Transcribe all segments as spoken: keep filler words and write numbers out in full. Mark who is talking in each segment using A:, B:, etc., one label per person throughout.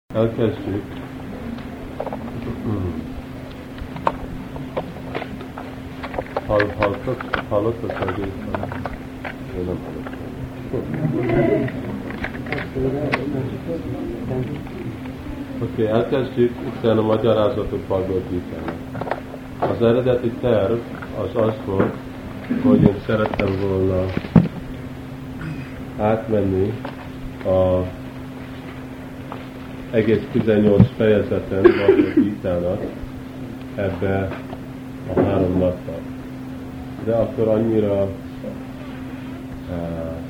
A: Elkezdjük. Hall, hallottak? Hallottak egészen? Én nem hallottam. Oké, okay, elkezdjük itten a magyarázatot Bhagavad Gita-nak. Az eredeti terv az az volt, hogy én szerettem volna átmenni a egész tizennyolc fejezeten Bhagavad Gita-nak ebbe a három napba. De akkor annyira uh,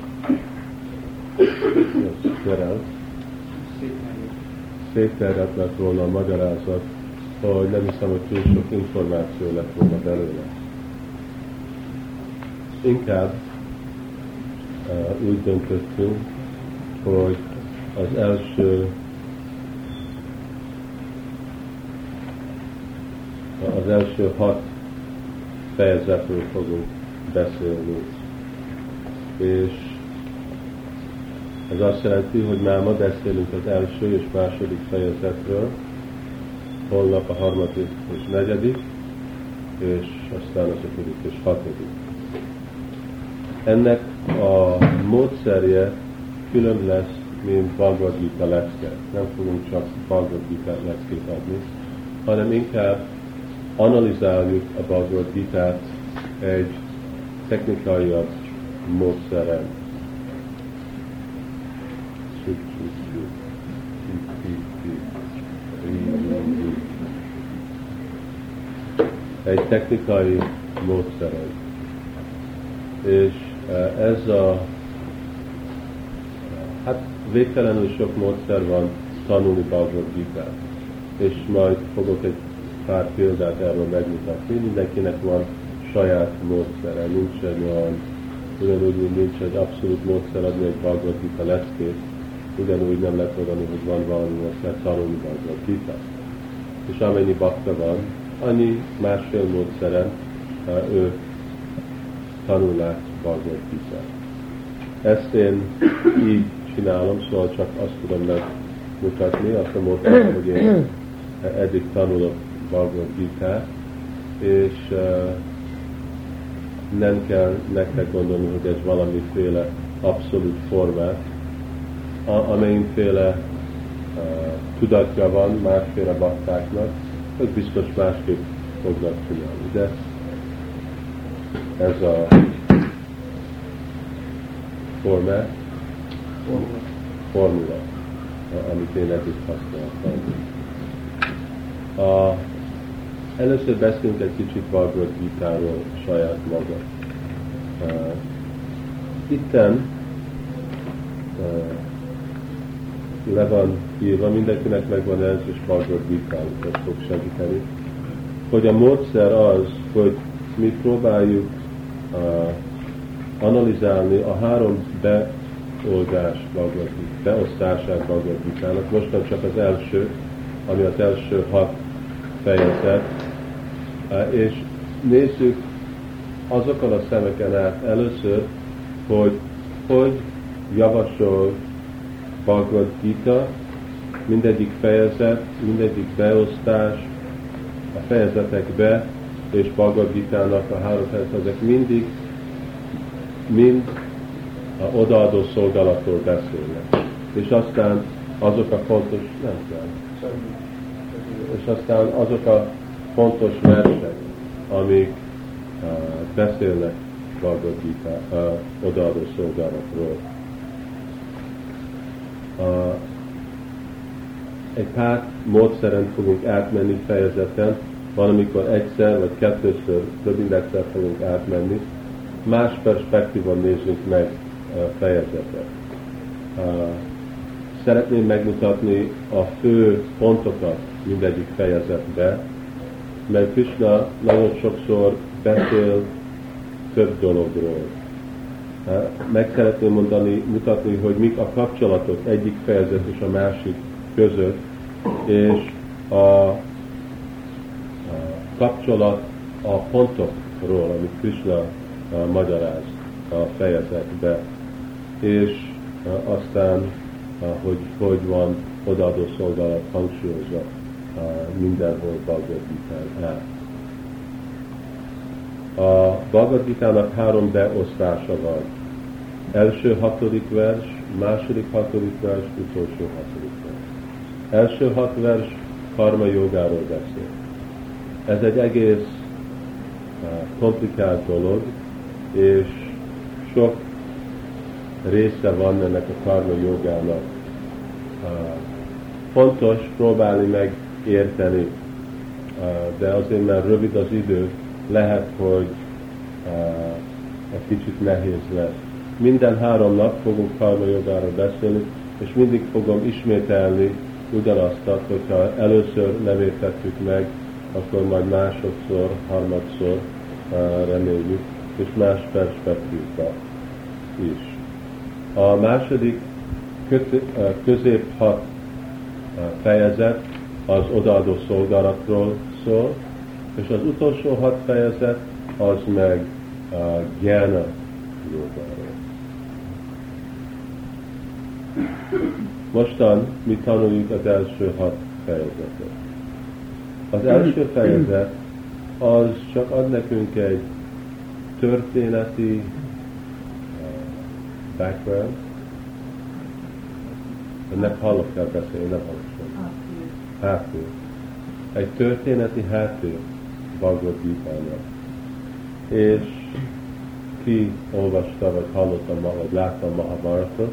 A: szétterjedt lett volna a magyarázat, hogy nem hiszem, hogy túl sok információ lett volna belőle. Inkább uh, úgy döntöttünk, hogy az első az első hat fejezetről fogunk beszélni. És ez azt jelenti, hogy már ma beszélünk az első és második fejezetről, holnap a harmadik és negyedik, és aztán az ötödik és hatodik. Ennek a módszerje külön lesz, mint Bhagavad Gita lecke. Nem fogunk csak Bhagavad Gita leckét adni, hanem inkább analizáljuk a Bhagavad Gitát egy technikaiabb módszeren. Egy technikai módszeren. És ez a hát végtelenül sok módszer van tanulni Bhagavad Gitát. És majd fogok egy pár példát erről megmutatni. Mindenkinek van saját módszere, nincs egy olyan, ugyanúgy, mint nincs egy abszolút módszer adni egy Bhagavad Gita leckét, ugyanúgy nem lehet mondani, hogy van valami módszer tanulni Bhagavad Gita. És amennyi bakta van, annyi másfél módszeren ő tanulják Bhagavad Gita. Ezt én így csinálom, szóval csak azt tudom megmutatni, azt a módszert, hogy én eddig tanulok Bhagavad Gitát, és uh, nem kell nektek gondolni, hogy ez valamiféle abszolút formát, a- amelyenféle uh, tudatja van másféle baktáknak, ők biztos másképp fognak csinálni. De ez a formát, formula, amit én eddig használtam. A Először beszélünk egy kicsit Bhagavad Gita-ról saját maga. Uh, itten uh, le van írva, mindenkinek megvan ez, és Bhagavad Gita-ról fog segíteni, hogy a módszer az, hogy mi próbáljuk uh, analizálni a három beoldás Bhagavad Gita, beosztását Bhagavad Gita-nak. Mostan csak az első, ami az első hat fejezet, és nézzük azokkal a szemeken át először, hogy hogy javasol Bhagavad Gita, mindegyik fejezet, mindegyik beosztás, a fejezetekbe és Bhagavad Gita-nak a három fejezet, ezek mindig mind a odaadó szolgálatról beszélnek. És aztán azok a fontos, nem kell. És aztán azok a fontos versek, amik uh, beszélnek Bhagavad Gita uh, odaadó szolgálatról. Uh, egy pár módszeren fogunk átmenni fejezeten, van, amikor egyszer vagy kettőször, több mint egyszer fogunk átmenni, más perspektívon nézzünk meg uh, fejezetet. Uh, Szeretném megmutatni a fő pontokat mindegyik fejezetbe, mert Krishna nagyon sokszor beszél több dologról. Meg szeretném mondani, mutatni, hogy mik a kapcsolatok egyik fejezet és a másik között, és a, a kapcsolat a pontokról, amit Krishna magyaráz a fejezetbe. És aztán hogy hogy van odaadó szolgálat hangsúlyozza mindenhol Bhagavad Gitán át. A Bhagavad Gitának három beosztása van. Első hatodik vers, második hatodik vers, utolsó hatodik vers. Első hat vers karma jogáról beszél. Ez egy egész uh, komplikált dolog, és sok része van ennek a karma jogának. Uh, fontos próbálni meg érteni, uh, de azért, mert rövid az idő, lehet, hogy uh, egy kicsit nehéz lesz. Minden három nap fogunk karma jogáról beszélni, és mindig fogom ismételni ugyanazt, hogyha először nem értettük meg, akkor majd másodszor, harmadszor uh, reméljük, és más perspektíva is. A második közép hat fejezet az odaadó szolgálatról szól, és az utolsó hat fejezet az meg a gyána jogáról. Mostan mi tanuljuk az első hat fejezetet. Az első fejezet az csak ad nekünk egy történeti uh, background. Nem hallok el beszélni, nem hallok sem. Háttér. Egy történeti háttér Bhagavad Gitának. És ki olvasta, vagy hallotta, vagy látta Mahabharatot,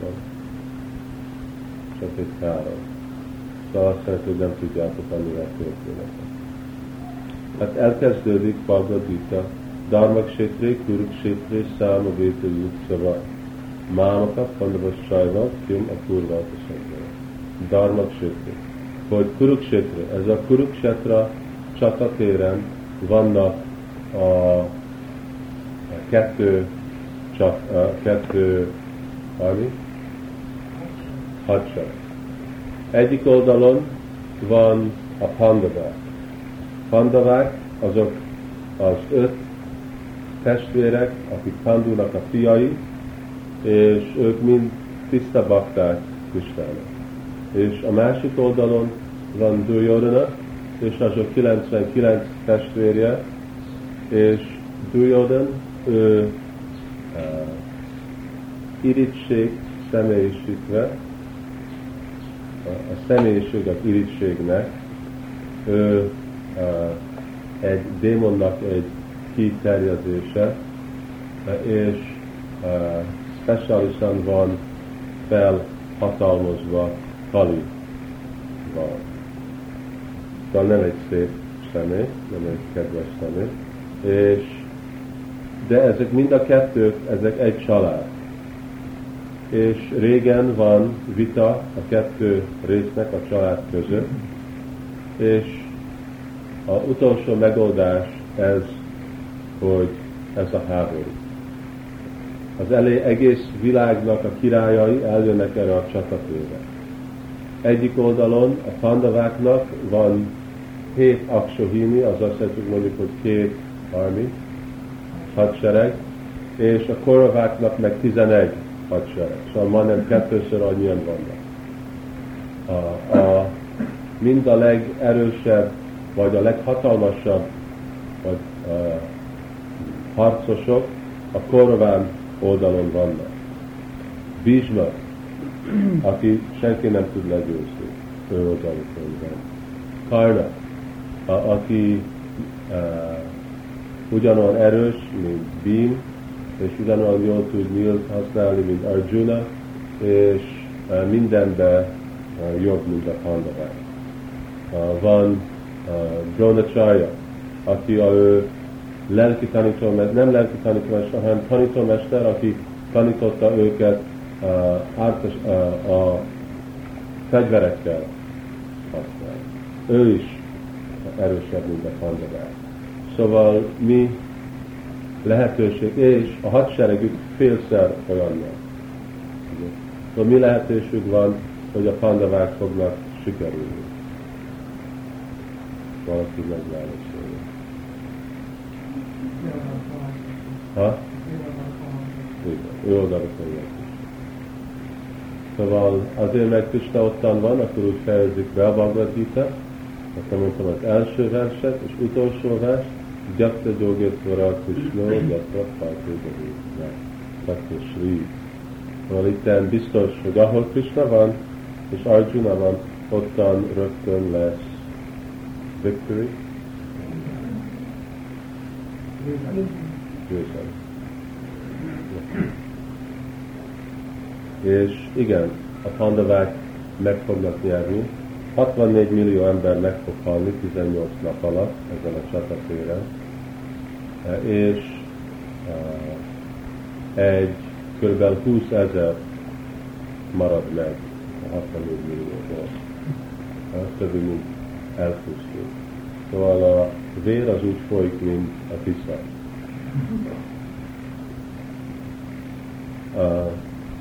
A: csak egy három. Szóval azt jelenti, hogy nem tudjátok annyira a történetet. Hát elkezdődik Bhagavad Gita, Dharmakshetre, Kurukshetre, Samaveta Yutsava, Mámaka, Pandavasajva, Kim a Kurvata Szangara. Dharmakshetre. Hogy Kurukshetre, ez a Kurukshetra csatatéren vannak a, a kettő, csat, a kettő, ami? Hadsereg. Egyik oldalon van a pandavák. Pandavák azok az öt testvérek, akik Pandunak a fiai, és ők mind tiszta bakták Krisnának. És a másik oldalon van Duryodhana, és azok kilencvenkilenc testvérje, és Duryodhana, ő uh, irigység személyisítve, a személyiség az irítségnek, ő uh, egy démonnak egy kiterjedése, és uh, speciálisan van felhatalmazva Kalival. Szóval nem egy szép személy, nem egy kedves személy, és de ezek mind a kettők, ezek egy család. És régen van vita a kettő résznek a család között, és az utolsó megoldás ez, hogy ez a háború. Az elé egész világnak a királyai eljönnek erre a csatatérre. Egyik oldalon a pandaváknak van hét aksohini, az azt jelenti, mondjuk, hogy két army, hadsereg, és a koraváknak meg tizenegy hadsereg. Szóval majdnem kettőször annyian vannak. A, a, mind a legerősebb, vagy a leghatalmasabb vagy, a, harcosok a Kauraván oldalon vannak. Bhishma, aki senki nem tud legyőzni, ő oldalon van. Karna, a, aki uh, ugyanolyan erős, mint Bhim, és ugyanolyan jól tud nyílt használni, mint Arjuna, és uh, mindenben uh, jobb, mint a pandavák. Uh, van uh, Dronacharya, aki a ő lelki tanítómester, nem lelki tanítómester, hanem tanítómester, aki tanította őket uh, ártas, uh, a fegyverekkel használni. Ő is erősebb, mint a pandavák. Szóval mi lehetőség, és a hadseregük félszer olyannak. Szóval mi lehetőség van, hogy a pandavák fognak sikerülni. Valaki megválaszolja. Ha? Igen, ő oldalra fogják is. Szóval azért, mert Krishna ottan van, akkor úgy fejezzük be a Bhagavad Gita, akkor mondtam az első verset, és utolsó vers, Gyakta Jogeshvara Krishna, Gyakta Pátőgavét, Gyakta Sri. Szóval itt biztos, hogy ahol Krishna van, és Arjuna van, ottan rögtön lesz victory. Győzelem. És igen, a pandavák meg fognak nyerni. hatvannégy millió ember meg fog halni tizennyolc nap alatt ezen a csatatéren. És uh, egy kb. húszezer marad meg a hatvannégy millióból. Uh, több mint elpusztul. Szóval a vér az úgy folyik, mint a Tisza. Uh,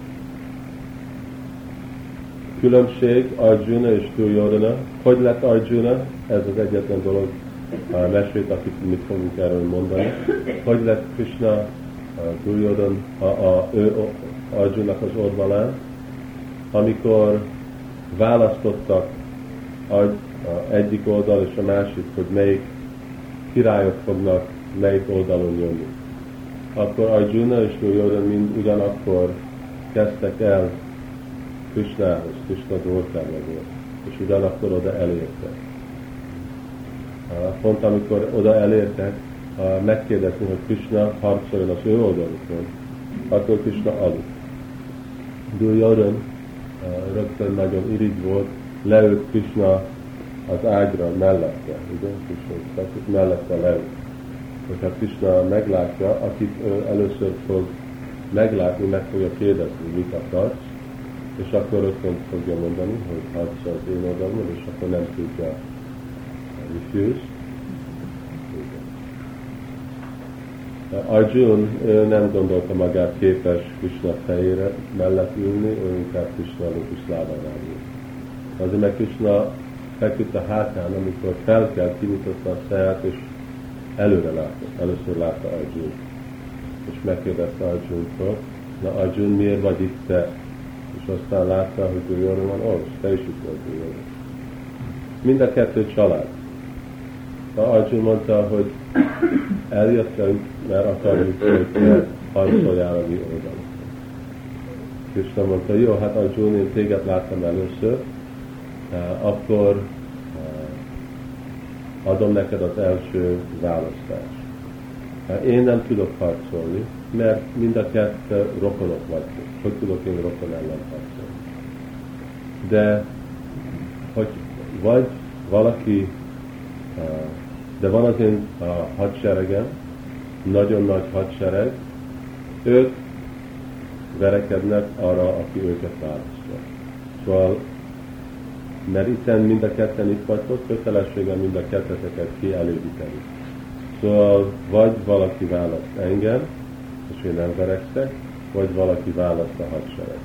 A: különbség Arjuna és Duryodhana. Hogy lett Arjuna? Ez az egyetlen dolog, a mesét, akit mit fogunk erről mondani. Hogy lett Krishna a Duryodhana, a, a, ő Arjunak az oldalán, amikor választottak a, a egyik oldal és a másik, hogy melyik királyok fognak melyik oldalon jönni. Akkor Arjuna és Duryodhana mind ugyanakkor kezdtek el Krishnához, Krishna dvorkába volt, és ugyanakkor oda elértek. Pont amikor oda elértek, megkérdezni, hogy Krishna harcoljon az ő oldalukon, akkor Krishna aludt. Duryodhana rögtön nagyon irigy volt, leült Krishna az ágyra mellette, ugye? Krishna mellette leült. Hogyha Krishna meglátja, akit ő először fog meglátni, meg fogja kérdezni, mit akarsz, és akkor rögtön fogja mondani, hogy harcol az én oldalon, és akkor nem tudja refuse. Arjuna nem gondolta magát képes Krishna fejére mellett ülni, ő inkább Krishna lótusz lábára ült. Azért mert Krishna feküdt a hátán, amikor felkelt, kinyitotta a száját, és előre látott. Először látta Arjuna. És megkérdezte Arjuna-tól, na Arjuna, miért vagy itt te? És aztán látta, hogy Duryodhana van, ó, te is itt vagy Duryodhana. Mind a kettő család. Arjuna mondta, hogy eljöttünk, mert akarjuk, hogy harcoljál a mi oldalon. Krishna mondta, jó, hát Arjuna, én téged láttam először, akkor adom neked az első választást. Én nem tudok harcolni, mert mind a kettő rokonok vagyunk. Hogy tudok én rokon ellen harcolni? De, hogy vagy valaki, de van az én hadseregem, nagyon nagy hadsereg, ők verekednek arra, aki őket választja. Szóval, mert itten mind a ketten itt vagytok, kötelességem mind a ketteteket kielégíteni. Szóval vagy valaki választ engem, és én nem verekszek, vagy valaki választ a hadsereg.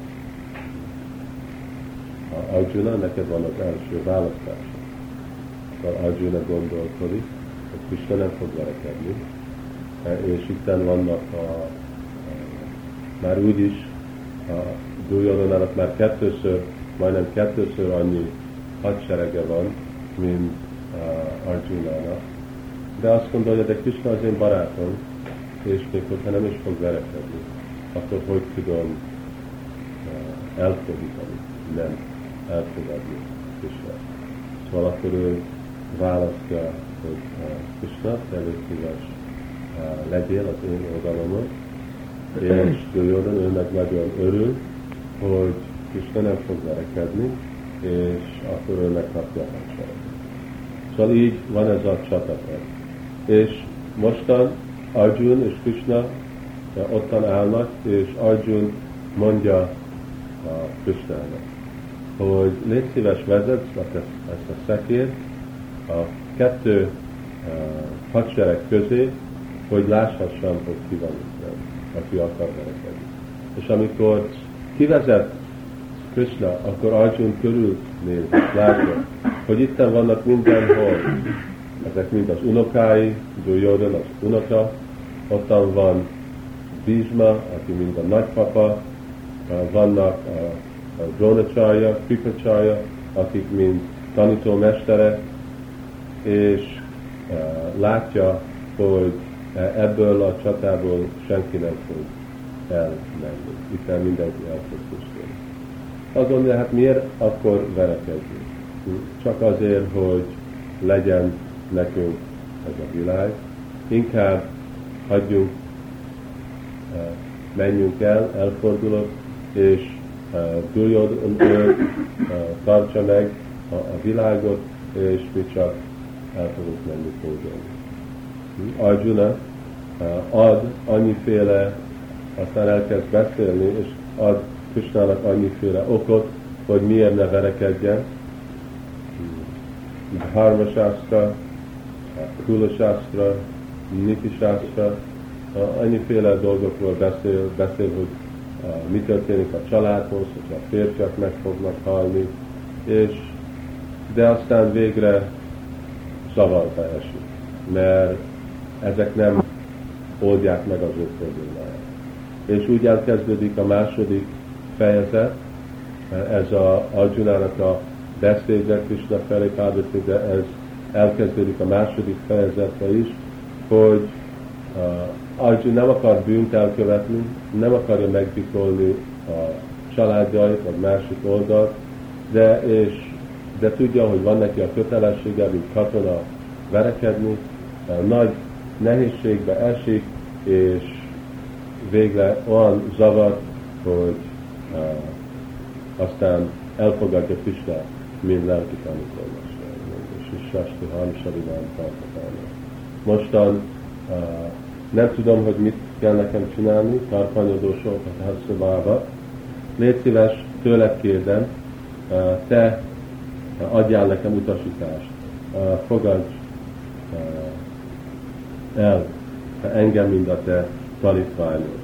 A: A Arjuna, neked van az első választás. Szóval Arjuna gondolkodik, hogy Krishna nem fog verekedni, és itten vannak a, a már úgyis a Duryodhanának már kettőször, majdnem kettőször annyi hadserege van, mint Arjunának. De azt gondolja, de Krishna az én barátom, és még hogyha nem is fog verekedni, akkor hogy tudom uh, elfordítani, nem elfogadni Krishna. Szóval akkor ő választja, hogy uh, Krishna, te elég szíves uh, legyél az én oldalomon, és Duryodhana, ő meg nagyon örül, hogy Krishna nem fog verekedni, és akkor ő megkapja a hadsereget. Szóval így van ez a csataterv. És mostan Arjuna és Krishna ottan állnak, és Arjuna mondja a Krishnának, hogy légy szíves, vezess ezt a szekért a kettő uh, hadsereg közé, hogy láshassam, hogy ki van itt, aki akar verekedni. És amikor kivezet Krishna, akkor Arjuna körül néz, látja, hogy itten vannak mindenhol. Ezek mind az unokái, Duryodhana az unoka, ottan van Bhishma, aki mind a nagypapa, vannak a Drónacharya, Kripacharya, akik mind tanítómestere, és uh, látja, hogy ebből a csatából senki nem fog elmenni. Itt mindenki el fog pusztulni. Azt mondja, hát miért akkor verekedni? Csak azért, hogy legyen nekünk ez a világ. Inkább hagyjunk, menjünk el, elfordulok, és Duryodhan tartsa meg a, a világot, és mi csak el fogunk menni kódolni. Arjuna ad annyiféle, aztán elkezd beszélni, és ad Krishnának annyiféle okot, hogy miért ne verekedjen. Dharma Shastra, Kula Shastra, Niti Shastra, annyiféle dolgokról beszél, beszél, hogy mi történik a családhoz, hogy a férfiak meg fognak halni, és de aztán végre zavarba esik, mert ezek nem oldják meg az ő problémáját. És úgy elkezdődik a második fejezet, ez a Arjunának a beszéde, Krishna felé párbeszéd, de ez elkezdődik a második fejezetbe is, hogy uh, Arjuna nem akar bűnt elkövetni, nem akarja megbikolni a családjait, vagy másik oldalt, de, és, de tudja, hogy van neki a kötelessége, mint katona verekedni, uh, nagy nehézségbe esik, és végre olyan zavar, hogy uh, aztán elfogadja Krishnát, mint lelki tanítómester, és Sasti Hamsarinán tartatálni. Mostan uh, nem tudom, hogy mit kell nekem csinálni, tarpanyodósokat elszobálva. Légy szíves, tőled kérdem, uh, te uh, adjál nekem utasítást, uh, fogadj uh, el engem, mint a te tanítványod.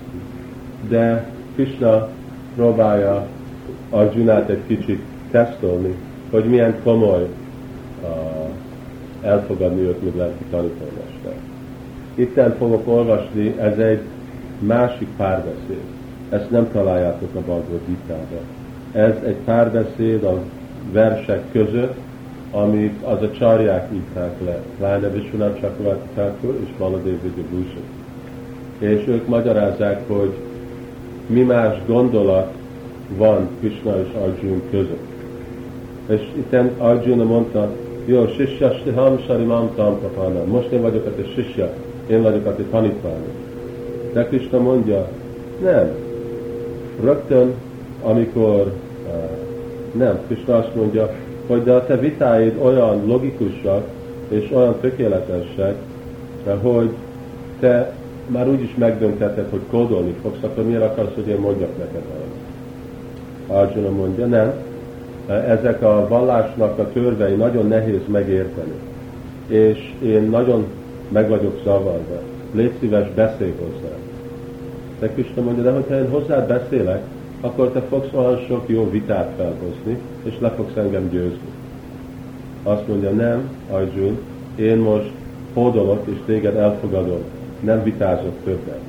A: De Krishna próbálja Arjunát egy kicsit tesztelni, hogy milyen komoly uh, elfogadni őt, mint lelki tanítómester. Itten fogok olvasni, ez egy másik párbeszéd. Ezt nem találjátok a Bhagavad Gitában. Ez egy párbeszéd a versek között, amit az a csarják írták le, Lánya Vishwanath Chakravarti Thakur és Baladev Vidyabhushan. És ők magyarázzák, hogy mi más gondolat van Krishna és Arjuna között. És itten Arjuna mondta, jó, Sisya Stiham Sarimam Tam Kapana, most én vagyok a te Sisya, én vagyok a te tanítványod. De Krishna mondja, nem. Rögtön, amikor uh, nem, Krishna azt mondja, hogy de a te vitáid olyan logikusak és olyan tökéletesek, hogy te már úgyis megdöntheted, hogy kódolni fogsz, akkor miért akarsz, hogy én mondjak neked valamit? Arjuna mondja, nem. Ezek a vallásnak a törvei nagyon nehéz megérteni. És én nagyon meg vagyok zavarva. Légy szíves, beszélj hozzá. De Krishna mondja, de hogyha én hozzád beszélek, akkor te fogsz olyan sok jó vitát felhozni, és le fogsz engem győzni. Azt mondja, nem, Arjuna, én most hódolok, és téged elfogadom, nem vitázok többet.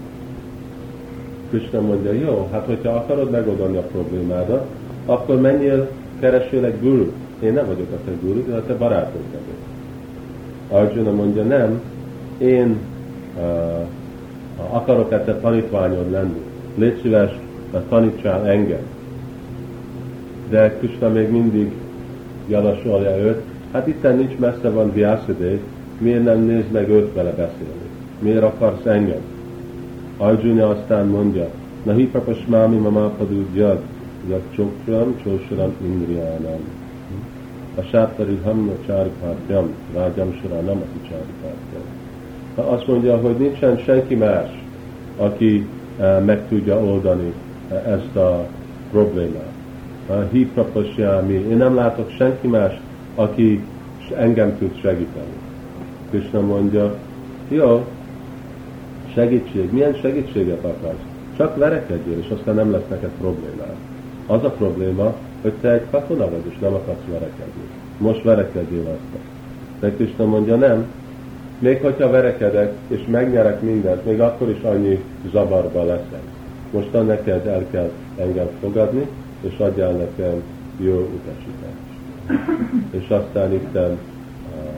A: Krishna mondja, jó, hát hogyha akarod megoldani a problémádat, akkor menjél, keresél egy gurut. Én nem vagyok a te gurut, de a te barátod vagyok. Arjuna mondja, nem, én uh, akarok a te tanítványod lenni. Légy szíves, tanítsál engem. De Krishna még mindig javasolja őt. Hát itten nincs messze van Vyasadeva, miért nem nézd meg őt vele beszélni? Miért akarsz engem? Arjuna aztán mondja, Nahi papasmámi mamapadu jad, jad csokram, csósaram indriánam. A sáttari hamna csáripártyam, rágyam soránam ati csáripártyam. Azt mondja, hogy nincsen senki más, aki uh, meg tudja oldani uh, ezt a problémát. Hi papasjámi, én nem látok senki más, aki engem tud segíteni. Krishna mondja, jó, segítség, milyen segítséget akarsz? Csak verekedjél, és aztán nem lesz neked problémád. Az a probléma, hogy te egy katona vagy, és nem akarsz verekedni. Most verekedjél aztán. De Krishna mondja, nem. Még hogyha verekedek, és megnyerek mindent, még akkor is annyi zavarba leszek. Mostan neked el kell engem fogadni, és adjál nekem jó utasítást. És aztán itten uh,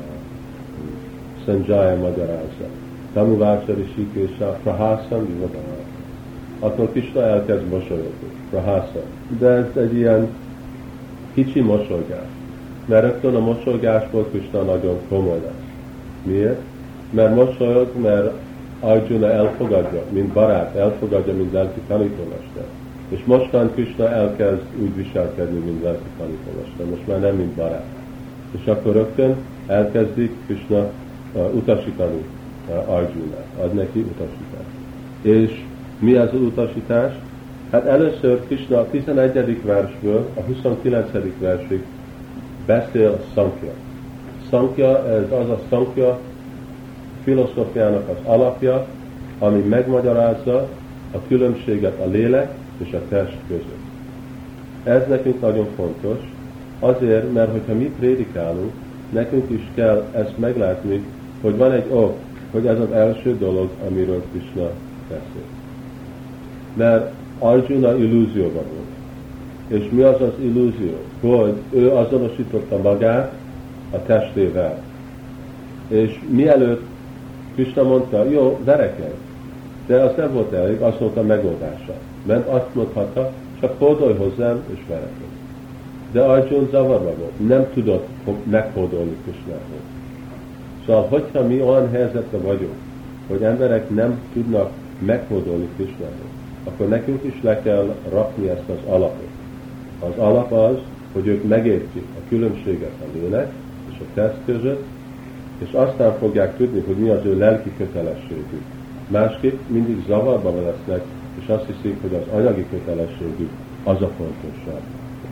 A: Sanjaya magyarázza. Tamuvácsari Sikésá, Prahásam, Vivadana. Akkor Krishna elkezd mosolyogni. Prahásam. De ez egy ilyen kicsi mosolygás. Mert rögtön a mosolygásból Krishna nagyon komoly lesz. Miért? Mert mosolyog, mert Arjuna elfogadja, mint barát, elfogadja, mint lelki tanítómester. És mostan Krishna elkezd úgy viselkedni, mint lelki tanítómester. Most már nem, mint barát. És akkor rögtön elkezdik Krishna uh, utasítani uh, Arjunát, ad neki utasítást. És mi az utasítás? Hát először Krishna a tizenegyedik versből a huszonkilencedik versig beszél Sankhya. Sankhya, ez az a Sankhya filozófiának az alapja, ami megmagyarázza a különbséget a lélek és a test között. Ez nekünk nagyon fontos, azért, mert hogyha mi prédikálunk, nekünk is kell ezt meglátni, hogy van egy ok, hogy ez az első dolog, amiről Krishna beszél. Mert Arjuna illúzióban volt. És mi az az illúzió? Hogy ő azonosította magát a testével. És mielőtt Krishna mondta, jó, verekedj, de az nem volt elég, azt mondta a megoldása. Mert azt mondhatta, csak hódolj hozzám és verekedj. De Arjuna zavarba volt, nem tudott meghódolni Krishnához. Szóval, hogyha mi olyan helyzetben vagyunk, hogy emberek nem tudnak meghódolni Krishnához, akkor nekünk is le kell rakni ezt az alapot. Az alap az, hogy ők megértik a különbséget a lélek és a test között, és aztán fogják tudni, hogy mi az ő lelki kötelességük. Másképp mindig zavarba lesznek, és azt hiszik, hogy az anyagi kötelességük az a fontosabb.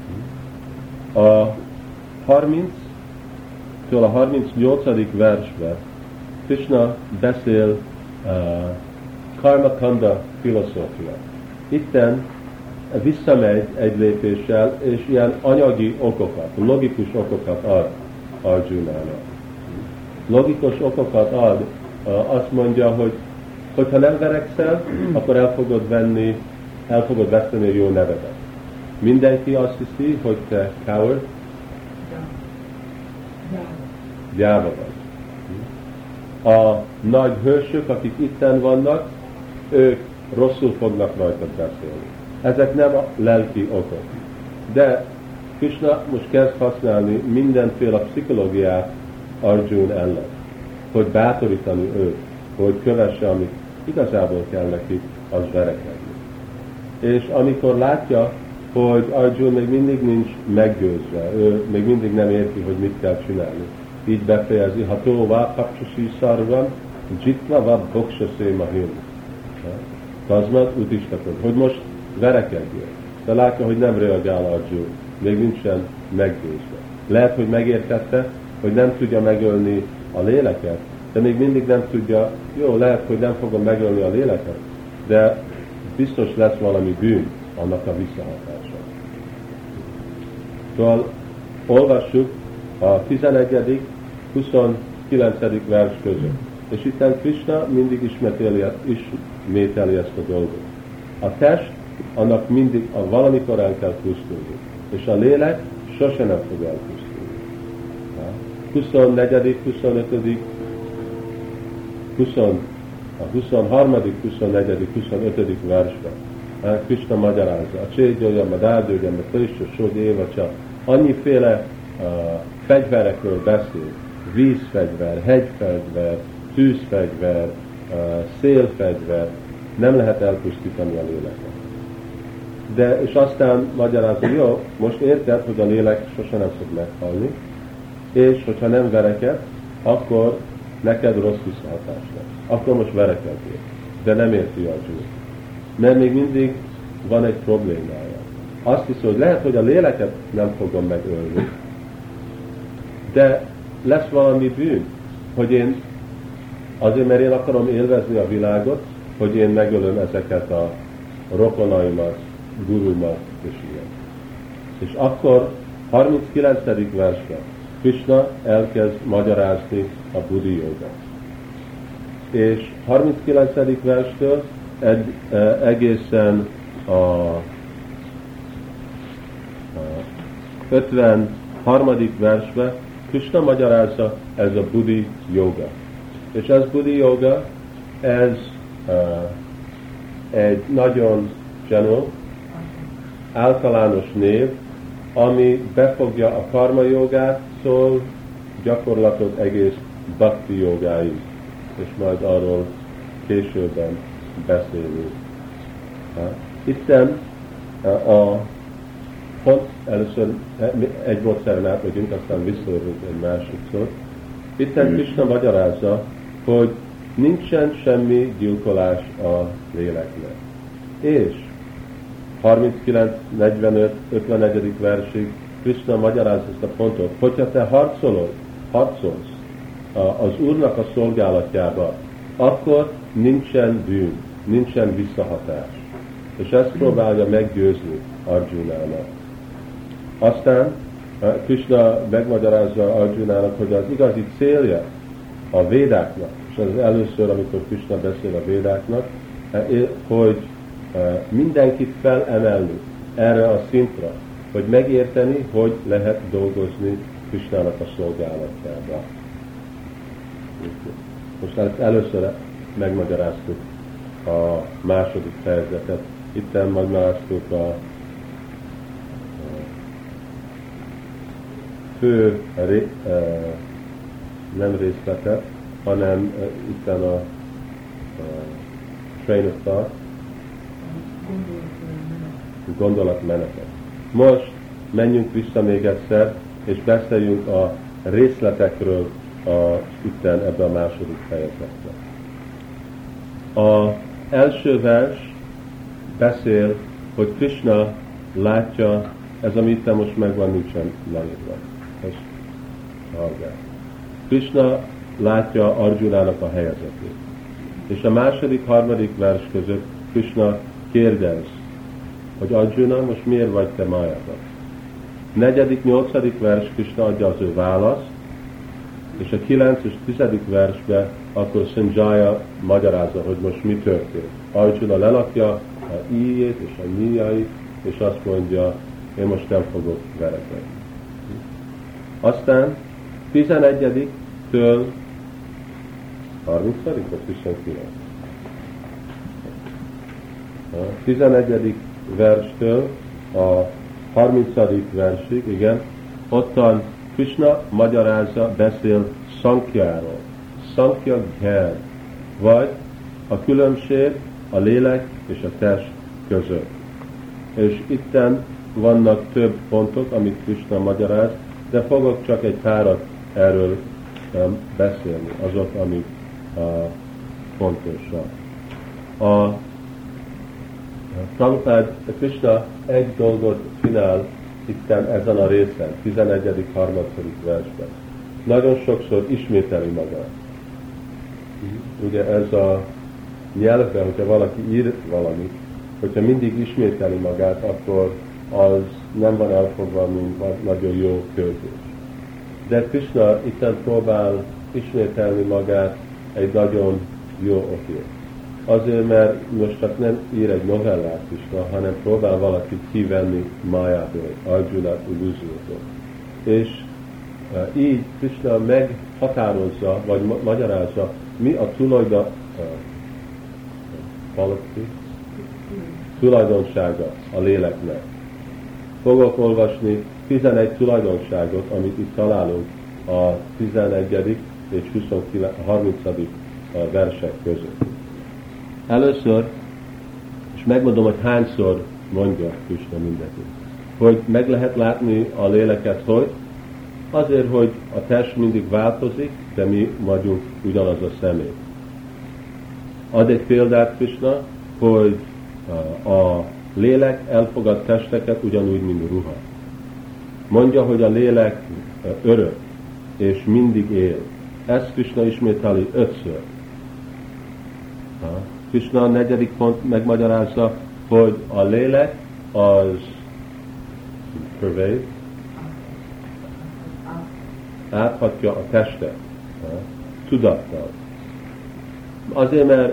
A: A harminctől a harmincnyolcadik versben Krishna beszél uh, Karmakanda filozófia. Itten visszamegy egy lépéssel, és ilyen anyagi okokat, logikus okokat ad Arjunának. Logikus okokat ad, azt mondja, hogy hogyha nem verekszel, akkor el fogod venni, el fogod veszteni a jó nevedet. Mindenki azt hiszi, hogy te coward, gyáva vagy. A nagy hősök, akik itten vannak, ők rosszul fognak rajta beszélni. Ezek nem a lelki okok. De Krishna most kezd használni mindenféle pszichológiát Arjuna ellen, hogy bátorítani őt, hogy kövesse, amit igazából kell neki, az verekedni. És amikor látja, hogy Arjuna még mindig nincs meggyőzve, ő még mindig nem érti, hogy mit kell csinálni, így befejezi, ha tóvá kapcsasi szarvam, jitva va boksasé mahim. Tazmad utistakod, hogy most verekedjél. De látja, hogy nem reagál Arjuna, még nincsen meggyőzve. Lehet, hogy megértette, hogy nem tudja megölni a léleket, de még mindig nem tudja, jó, lehet, hogy nem fogom megölni a léleket, de biztos lesz valami bűn annak a visszahatása. Szóval olvassuk a tizenegyedik huszonkilencedik vers között. És itt Krishna mindig ismételi, ismételi ezt a dolgot. A test, annak mindig a valamikor el kell pusztulni. És a lélek sose nem fog elpusztulni. huszonnegyedik, huszonötödik, húsz, a huszonharmadik, huszonnegyedik, huszonötödik versben Krishna magyarázza. A cségyója, a dárdőgyen, a tőső, sógyéva, csak annyiféle uh, fegyverekről beszél. Vízfegyver, hegyfegyver, tűzfegyver, uh, szélfegyver, nem lehet elpusztítani a léleket. De, és aztán magyarázza, jó, most érted, hogy a lélek sose nem fog meghalni, és hogyha nem vereked, akkor neked rossz visszahatás lesz. Akkor most verekedjél. De nem érti Arjuna. Mert még mindig van egy problémája. Azt hisz, hogy lehet, hogy a léleket nem fogom megölni, de lesz valami bűn, hogy én azért, mert én akarom élvezni a világot, hogy én megölöm ezeket a rokonaimat, gurumat és ilyen. És akkor harminckilencedik versben Krishna elkezd magyarázni a buddhi jogát. És harminckilencedik verstől ed, egészen a ötvenharmadik versben Krishna magyarázza, ez a buddhi joga. És ez buddhi joga, ez uh, egy nagyon general, általános név, ami befogja a karma jogát, szól gyakorlatot egész bhakti jogáig, és majd arról későbben beszélünk. Itten a pont először egy módszeren átmegyünk, aztán visszajövünk egy másikszor. Itten Krishna magyarázza, hogy nincsen semmi gyilkolás a léleknek. És harminckilenc, negyvenöt, ötvenegyedik versig Krishna magyarázza ezt a pontot, hogyha te harcolod, harcolsz az Úrnak a szolgálatjába, akkor nincsen bűn, nincsen visszahatás. És ezt próbálja meggyőzni Arjunának. Aztán Krishna megmagyarázza Arjunának, hogy az igazi célja a védáknak, és ez először, amikor Krishna beszél a védáknak, hogy mindenkit felemelni erre a szintre, hogy megérteni, hogy lehet dolgozni Krishnának a szolgálatjába. Most ezt először megmagyaráztuk a második fejezetet. Itten magyaráztuk a fő ré, nem részletet, hanem itten a, a train of thought, gondolatmenetet. Most menjünk vissza még egyszer, és beszéljünk a részletekről a, itten ebben a második fejezetben. Az első vers beszél, hogy Krishna látja, ez ami itt most megvan, nincsen leírva. Ez hallgál. Krishna látja Arjunának a helyzetét. És a második, harmadik vers között Krishna kérdez, hogy Arjuna, most miért vagy te májában? Negyedik, nyolcadik vers Krishna adja az ő választ, és a kilenc és tizedik versben akkor Sanjaya magyarázza, hogy most mi történt. Arjuna lelakja a íjét és a nyíjait, és azt mondja, én most nem fogok verekedni. Aztán tizenegyedik-től harmincadik vagy tizenkilenc? A tizenegyedik verstől a harmincadik versig, igen, ottan Krishna magyarázza, beszél Sankhya-ról. Sankhya Gyan, vagy a különbség a lélek és a test között. És itten vannak több pontok, amit Krishna magyaráz, de fogok csak egy párat erről um, beszélni, azok, amik uh, fontosak. A Prabhupád, Krishna egy dolgot csinál itten ezen a részen, tizenegyedik harmadik versben. Nagyon sokszor ismételi magát. Ugye ez a nyelvben, hogyha valaki ír valamit, hogyha mindig ismételi magát, akkor az nem van elfogva, mint nagyon jó költés. De Krishna itten próbál ismételni magát egy nagyon jó okért. Azért, mert most csak nem ír egy novellát Krishna, hanem próbál valakit kivenni májából, Arjunát illúziótól. És uh, így Krishna meghatározza, vagy ma- magyarázza, mi a tulajdon, uh, tulajdonsága a léleknek. Fogok olvasni tizenegy tulajdonságot, amit itt találunk a tizenegyedik és harmincadik versek között. Először, és megmondom, hogy hányszor mondja Krishna mindent, hogy meg lehet látni a léleket, hogy azért, hogy a test mindig változik, de mi vagyunk ugyanaz a személy. Ad egy példát Krishna, hogy a lélek elfogad testeket ugyanúgy, mint ruha. Mondja, hogy a lélek örök, és mindig él. Ezt Krishna ismételi ötször. Krishna a negyedik pont megmagyarázza, hogy a lélek az pervade, áthatja a testet, tudattal. Azért, mert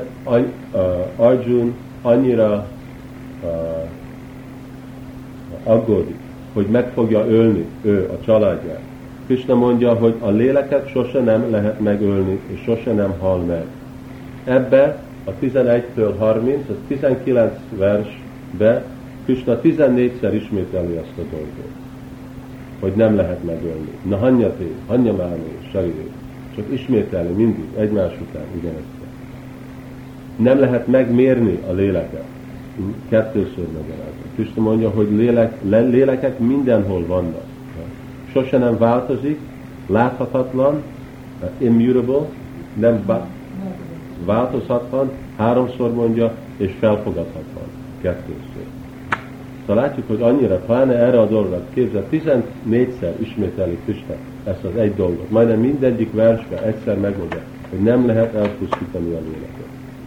A: Arjun annyira aggódik hogy meg fogja ölni ő a családját. Krishna mondja, hogy a léleket sose nem lehet megölni, és sose nem hal meg. Ebbe a tizenegytől harminc, a tizenkilenc versbe Krishna tizennégyszer ismételi ezt a dolgot, hogy nem lehet megölni. Na hanyati, hanyamálni, sariri. Csak ismételni mindig, egymás után ugyanezt. Nem lehet megmérni a léleket. Kettőször magyarázza. Krishna mondja, hogy lélek, lélekek mindenhol vannak. Sose nem változik, láthatatlan, immutable, nem változhatlan, háromszor mondja, és felfogadhatlan. Kettőször. Szóval látjuk, hogy annyira, pláne erre a dolgot képzel, tizennégyszer ismételik Krishna ezt az egy dolgot. Majdnem mindegyik versben egyszer megmondja, hogy nem lehet elpusztítani a léleket.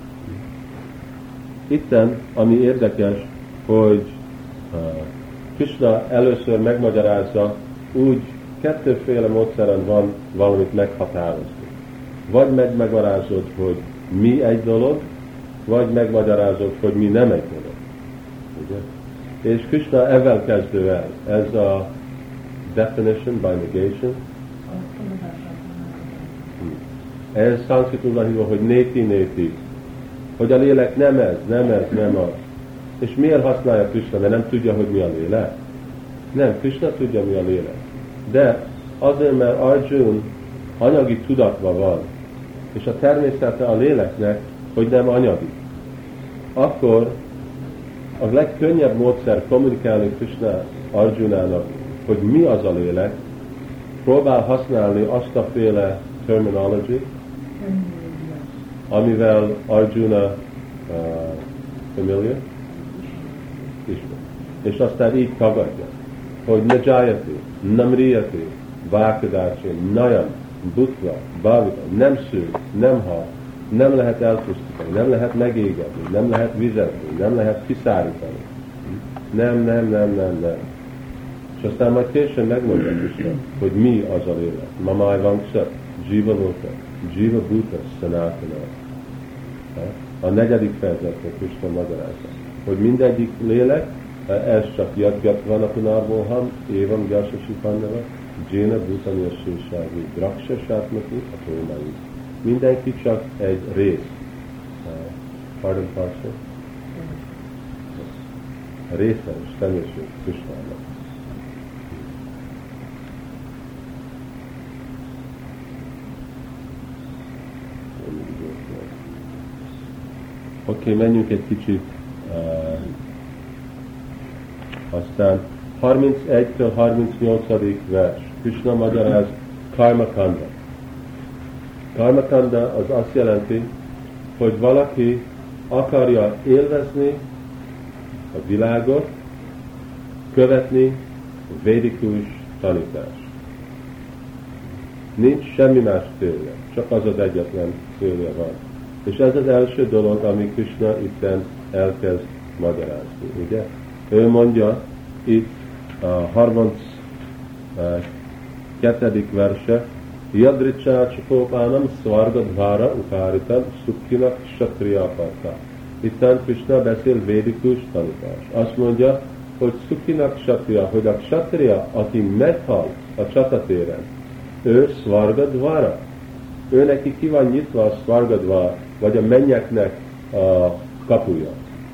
A: Itten, ami érdekes, hogy uh, Krishna először megmagyarázza, úgy kettőféle módszeren van valamit meghatározni. Vagy megmagyarázod, hogy mi egy dolog, vagy megmagyarázod, hogy mi nem egy dolog. Ugye? És Krishna ezzel kezdő el. Ez a definition by negation. Ez szanszkritulban hívva, hogy néti néti. Hogy a lélek nem ez, nem ez, nem az. És miért használja Krishna? Mert nem tudja, hogy mi a lélek. Nem, Krishna tudja, mi a lélek. De azért, mert Arjuna anyagi tudatban van, és a természete a léleknek, hogy nem anyagi. Akkor a legkönnyebb módszer kommunikálni Krishna Arjunának, hogy mi az a lélek, próbál használni azt a féle terminology, amivel Arjuna uh, familiar, ismer. És aztán így tagadja, hogy Najayati, Namriyati, Vákadácsi, Nayan, Butva, Bhavita, nem szül, nem hal, nem lehet elpusztítani, nem lehet megégetni, nem lehet vizetni, nem lehet kiszárítani. Nem, nem, nem, nem, nem. És aztán majd később megmondja Krishna, hogy mi az a lélek. Mamai Vangsha, Jiva Lóta, Jiva Bhuta, Sanatana. A negyedik fejezetben Krishna magyarázza, hogy mindegyik lélek, ez csak Yadgyat van a Punarvoham, Évam Gyasasi Pannava, Jéna Bhutanya Sésági, Draksa Sátmati, a Tómai. Mindenki csak egy rész. Uh, pardon, pardon. A része és személyiség Krishnának. Oké, okay, menjünk egy kicsit. Uh, aztán harmincegytől harmincnyolcadik vers. Krishna magyaráz Karma Kanda. Karma Kanda az azt jelenti, hogy valaki akarja élvezni a világot, követni védikus tanítást. Nincs semmi más célja, csak az az egyetlen célja van. És ez az első dolog, ami Krishna itten elkezd magyarázni, ugye? Ő mondja itt a harminc kettedik verse, Yadricsa Csakópánam Szvargadvára Ukáritam Szukkinak Satriyaparta. Itten Krishna beszél védikus tanítás. Azt mondja, hogy Szukkinak Satria, hogy a Satria, aki meghal a csatatéren, ő Szvargadvára. Ő neki ki van nyitva a Szvargadvár, vagy a mennyeknek a kapuja.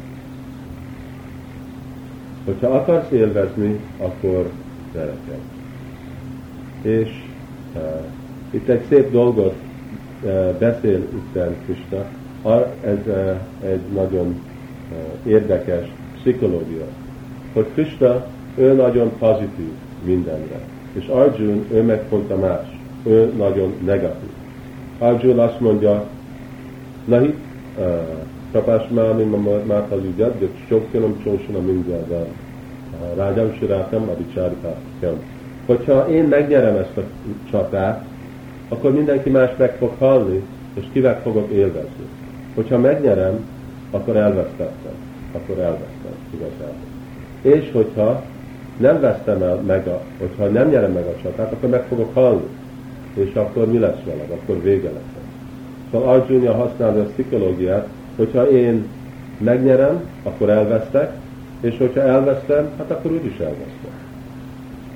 A: Hogyha akarsz élvezni, akkor szereted. És uh, itt egy szép dolgot uh, beszél itten Krishna, ez uh, egy nagyon uh, érdekes pszichológia, hogy Krishna, ő nagyon pozitív mindenre, és Arjuna, ő meg pont a más, ő nagyon negatív. Arjuna azt mondja, nahi, Prapásmámi Mátalugyad, de Csokyanam Csósana Mindjában, Rágyam Sirátam, Adicsárikám. Hogyha én megnyerem ezt a csatát, akkor mindenki más meg fog halni, és kivel fogok élvezni. Hogyha megnyerem, akkor elvesztettem. Akkor elvesztem, igazából. És hogyha nem vesztem el meg a, hogyha nem nyerem meg a csatát, akkor meg fogok halni. És akkor mi lesz veled? Akkor vége lesz. Szóval Arjuna használja a pszichológiát, hogyha én megnyerem, akkor elvesztek, és hogyha elvesztem, hát akkor úgyis elvesztem.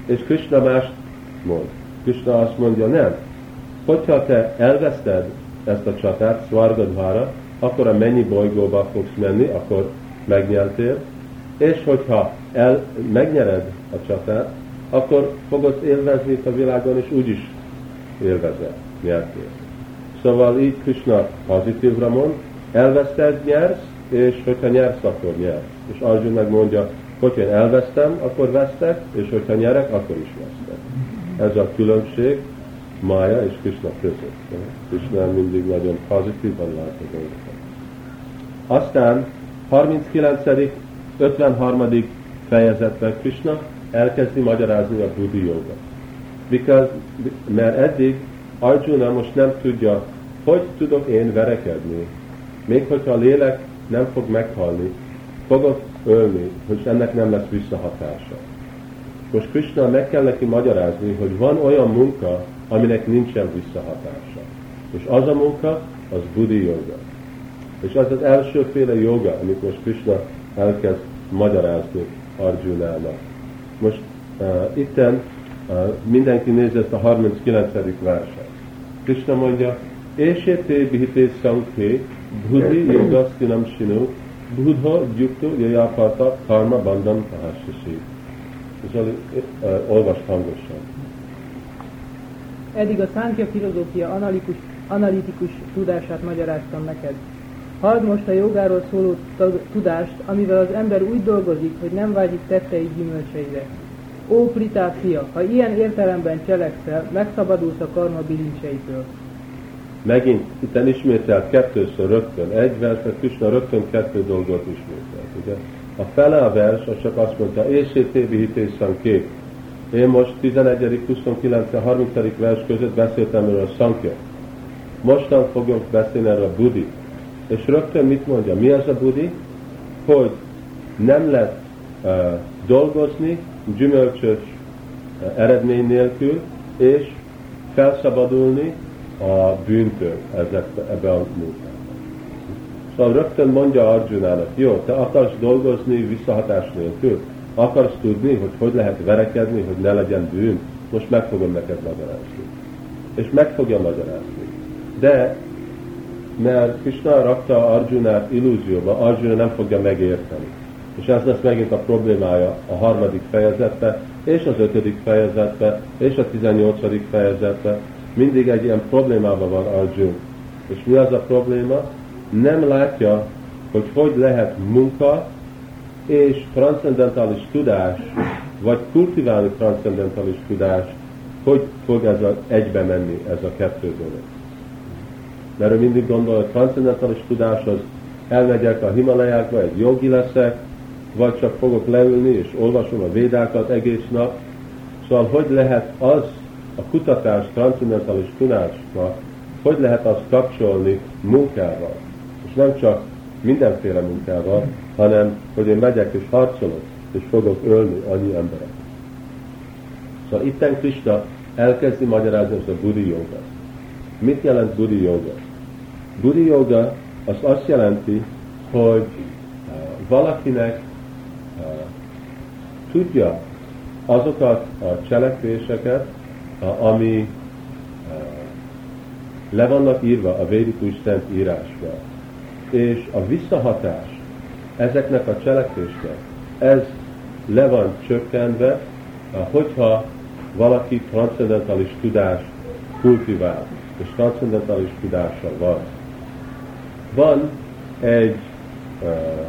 A: És Krishna mást mond. Krishna azt mondja, nem. Hogyha te elveszted ezt a csatát, Svargadvára, akkor a mennyi bolygóba fogsz menni, akkor megnyertél, és hogyha el, megnyered a csatát, akkor fogod élvezni itt a világon, és úgyis élvezel, nyertél. Szóval így Krishna pozitívra mond, elveszted, nyersz, és hogyha nyersz, akkor nyersz. És Arjuna megmondja, hogyha én elvesztem, akkor vesztek, és hogyha nyerek, akkor is vesztek. Ez a különbség Mája és Krishna között. Krishna mindig nagyon pozitívan lát a dolgokat. Aztán harminckilencedik ötvenharmadik fejezetben Krishna elkezdi magyarázni a buddhi joga. Because, mert eddig Arjuna most nem tudja, hogy tudok én verekedni. Még hogyha a lélek nem fog meghalni, fogok ölni, hogy ennek nem lesz visszahatása. Most Krishna meg kell neki magyarázni, hogy van olyan munka, aminek nincsen visszahatása. És az a munka, az buddhi joga. És az az elsőféle joga, amit most Krishna elkezd magyarázni Arjunának. Most uh, itten uh, mindenki nézze ezt a harminckilencedik verset. Krishna mondja, Ésete bihite sankhe buddhi yogastinam sinu buddha gyukto jajapata karma bandam tahasisi. És uh, olvast hangosan.
B: Eddig a Szánkya filozófia analitikus, analitikus tudását magyaráztam neked. Halld most a jogáról szóló tudást, amivel az ember úgy dolgozik, hogy nem vágyik tettei gyümölcseire. Ó, Pritá fia, ha ilyen értelemben cselekszel, megszabadulsz a karma bilincseitől.
A: Megint itten ismételt kettőször rögtön egy verset, Krishna rögtön kettő dolgot ismételt. Ugye? A fele a vers, az csak azt mondta, Ésete bihite sankhe. Én most tizenegyedik, huszonkilencedik, harmincadik vers között beszéltem erről a Sankya. Mostan fogunk beszélni erről a buddhi. És rögtön mit mondja? Mi az a buddhi? Hogy nem lehet uh, dolgozni gyümölcsös uh, eredmény nélkül, és felszabadulni a bűntől ebbe a munkában. Szóval rögtön mondja Arjunának, jó, te akarsz dolgozni visszahatás nélkül? Akarsz tudni, hogy hogy lehet verekedni, hogy ne legyen bűn? Most meg fogom neked magyarázni. És meg fogja magyarázni. De, mert Krishna rakta Arjunát illúzióba, Arjuna nem fogja megérteni. És ez lesz megint a problémája a harmadik fejezetben, és az ötödik fejezetben, és a tizennyolcadik fejezetben. Mindig egy ilyen problémában van Arjuna. És mi az a probléma? Nem látja, hogy hogy lehet munka, és transzcendentális tudás, vagy kultiválni transzcendentális tudás, hogy fog ez a, egybe menni, ez a kettő dolog. Mert ő mindig gondol, hogy transzcendentális tudás az elmegyek a Himalajákba, egy jogi leszek, vagy csak fogok leülni, és olvasom a védákat egész nap. Szóval hogy lehet az a kutatás transzcendentális tudásnak, hogy lehet azt kapcsolni munkával. És nem csak mindenféle munkával, hanem hogy én megyek és harcolok, és fogok ölni annyi embereket. Szóval itten Krishna elkezdi magyarázni ezt a buddhi joga. Mit jelent buddhi joga? Buddhi joga az azt jelenti, hogy uh, valakinek uh, tudja azokat a cselekvéseket, uh, ami uh, le vannak írva a védikus szent írásban. És a visszahatás ezeknek a cselekvésnek, ez le van csökkentve, hogyha valaki transzcendentális tudást kultivál, és transzcendentális tudása van. Van egy uh,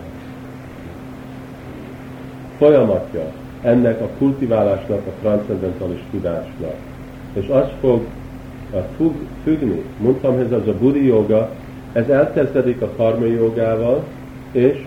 A: folyamatja ennek a kultiválásnak, a transzcendentális tudásnak. És az fog uh, fug, függni, mondtam, ez az a buddhi joga, ez elkezdedik a karma jogával, és